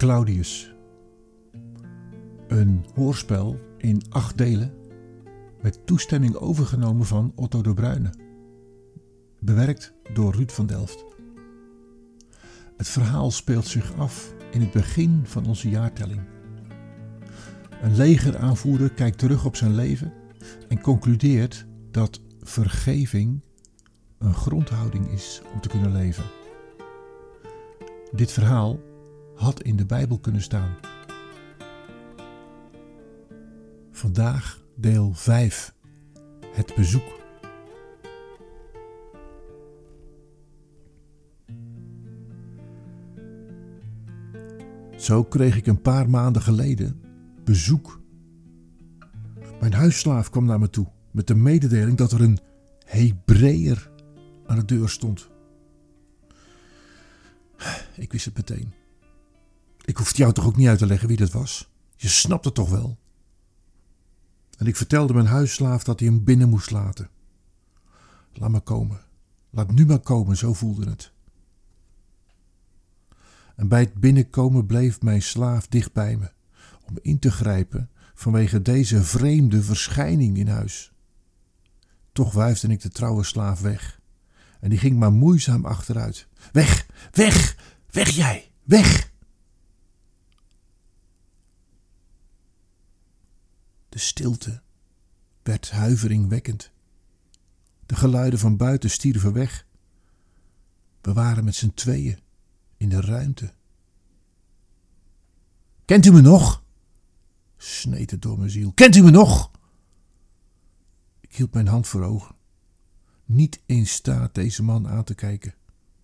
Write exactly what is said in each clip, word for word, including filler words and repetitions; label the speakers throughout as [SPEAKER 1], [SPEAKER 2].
[SPEAKER 1] Claudius. Een hoorspel in acht delen met toestemming overgenomen van Otto de Bruyne. Bewerkt door Ruud van Delft. Het verhaal speelt zich af in het begin van onze jaartelling. Een legeraanvoerder kijkt terug op zijn leven en concludeert dat vergeving een grondhouding is om te kunnen leven. Dit verhaal had in de Bijbel kunnen staan. Vandaag deel vijf. Het bezoek. Zo kreeg ik een paar maanden geleden bezoek. Mijn huisslaaf kwam naar me toe met de mededeling dat er een Hebreeër aan de deur stond. Ik wist het meteen. Ik hoefde jou toch ook niet uit te leggen wie dat was? Je snapt het toch wel? En ik vertelde mijn huisslaaf dat hij hem binnen moest laten. Laat maar komen. Laat nu maar komen, zo voelde het. En bij het binnenkomen bleef mijn slaaf dicht bij me, om in te grijpen vanwege deze vreemde verschijning in huis. Toch wuifde ik de trouwe slaaf weg. En die ging maar moeizaam achteruit. Weg, weg, weg jij, weg! De stilte werd huiveringwekkend. De geluiden van buiten stierven weg. We waren met z'n tweeën in de ruimte. Kent u me nog? Sneed het door mijn ziel. Kent u me nog? Ik hield mijn hand voor ogen. Niet in staat deze man aan te kijken.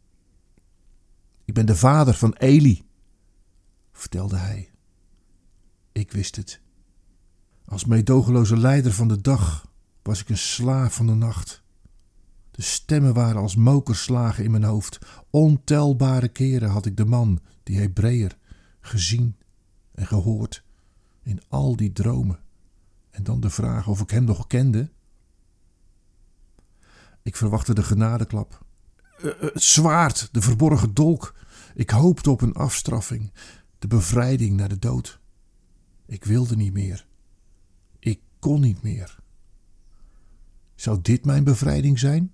[SPEAKER 1] Ik ben de vader van Eli, vertelde hij. Ik wist het. Als meedogenloze leider van de dag was ik een slaaf van de nacht. De stemmen waren als mokerslagen in mijn hoofd. Ontelbare keren had ik de man, die Hebreeër, gezien en gehoord in al die dromen. En dan de vraag of ik hem nog kende. Ik verwachtte de genadeklap. Uh, uh, het zwaard, de verborgen dolk. Ik hoopte op een afstraffing, de bevrijding naar de dood. Ik wilde niet meer. Ik kon niet meer. Zou dit mijn bevrijding zijn?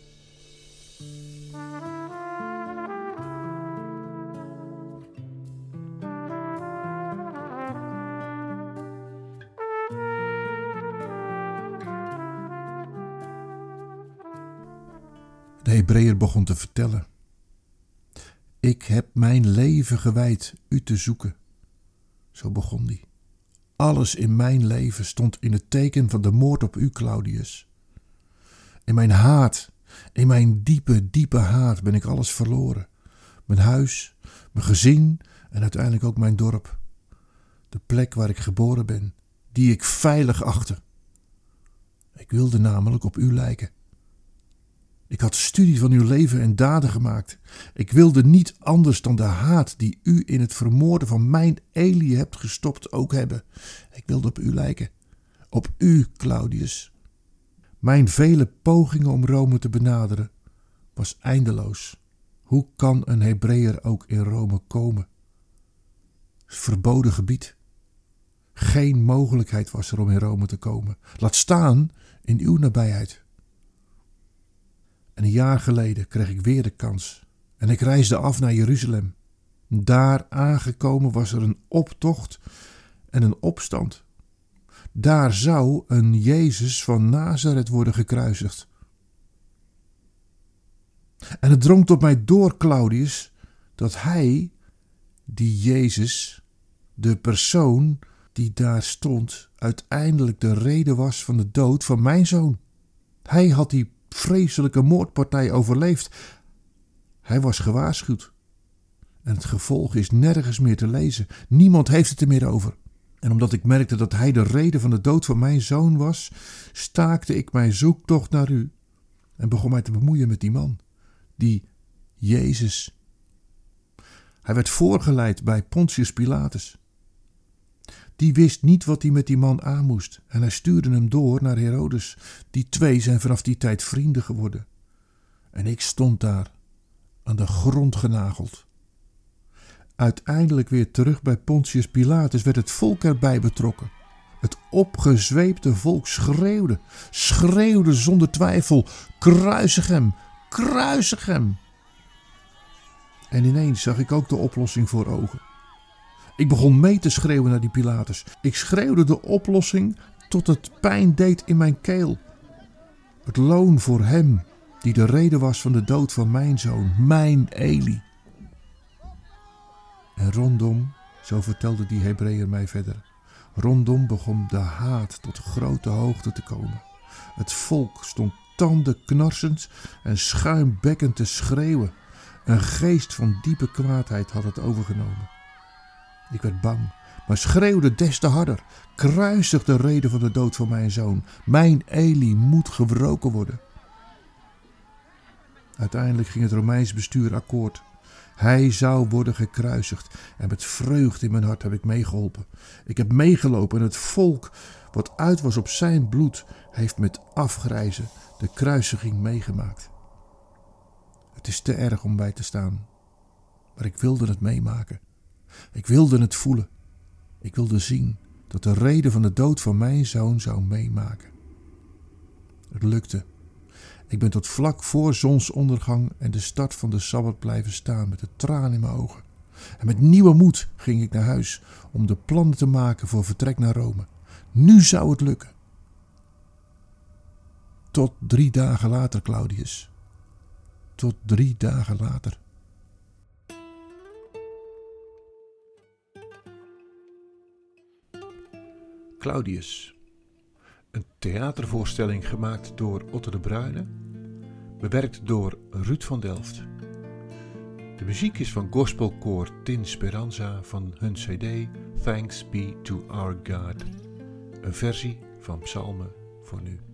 [SPEAKER 1] De Hebreeër begon te vertellen. Ik heb mijn leven gewijd u te zoeken. Zo begon hij. Alles in mijn leven stond in het teken van de moord op u, Claudius. In mijn haat, in mijn diepe, diepe haat ben ik alles verloren. Mijn huis, mijn gezin en uiteindelijk ook mijn dorp. De plek waar ik geboren ben, die ik veilig achtte. Ik wilde namelijk op u lijken. Ik had studie van uw leven en daden gemaakt. Ik wilde niet anders dan de haat die u in het vermoorden van mijn Eli hebt gestopt ook hebben. Ik wilde op u lijken. Op u, Claudius. Mijn vele pogingen om Rome te benaderen was eindeloos. Hoe kan een Hebreeër ook in Rome komen? Verboden gebied. Geen mogelijkheid was er om in Rome te komen. Laat staan in uw nabijheid. En een jaar geleden kreeg ik weer de kans en ik reisde af naar Jeruzalem. Daar aangekomen was er een optocht en een opstand. Daar zou een Jezus van Nazareth worden gekruisigd. En het drong tot mij door, Claudius, dat hij, die Jezus, de persoon die daar stond, uiteindelijk de reden was van de dood van mijn zoon. Hij had die vreselijke moordpartij overleefd. Hij was gewaarschuwd. En het gevolg is nergens meer te lezen. Niemand heeft het er meer over. En omdat ik merkte dat hij de reden van de dood van mijn zoon was, staakte ik mijn zoektocht naar u en begon mij te bemoeien met die man, die Jezus. Hij werd voorgeleid bij Pontius Pilatus. Die wist niet wat hij met die man aan moest en hij stuurde hem door naar Herodes. Die twee zijn vanaf die tijd vrienden geworden. En ik stond daar, aan de grond genageld. Uiteindelijk weer terug bij Pontius Pilatus werd het volk erbij betrokken. Het opgezweepte volk schreeuwde, schreeuwde zonder twijfel: kruisig hem, kruisig hem. En ineens zag ik ook de oplossing voor ogen. Ik begon mee te schreeuwen naar die Pilatus. Ik schreeuwde de oplossing tot het pijn deed in mijn keel. Het loon voor hem die de reden was van de dood van mijn zoon, mijn Eli. En rondom, zo vertelde die Hebreeër mij verder, rondom begon de haat tot grote hoogte te komen. Het volk stond tandenknarsend en schuimbekkend te schreeuwen. Een geest van diepe kwaadheid had het overgenomen. Ik werd bang, maar schreeuwde des te harder. Kruisig de reden van de dood van mijn zoon. Mijn Eli moet gewroken worden. Uiteindelijk ging het Romeins bestuur akkoord. Hij zou worden gekruisigd en met vreugde in mijn hart heb ik meegeholpen. Ik heb meegelopen en het volk wat uit was op zijn bloed heeft met afgrijzen de kruisiging meegemaakt. Het is te erg om bij te staan, maar ik wilde het meemaken. Ik wilde het voelen. Ik wilde zien dat de reden van de dood van mijn zoon zou meemaken. Het lukte. Ik ben tot vlak voor zonsondergang en de start van de Sabbat blijven staan met een traan in mijn ogen. En met nieuwe moed ging ik naar huis om de plannen te maken voor vertrek naar Rome. Nu zou het lukken. Tot drie dagen later, Claudius. Tot drie dagen later. Claudius. Een theatervoorstelling gemaakt door Otto de Bruyne, bewerkt door Ruud van Delft. De muziek is van gospelkoor Tin Speranza van hun cd Thanks Be to Our God, een versie van Psalmen voor nu.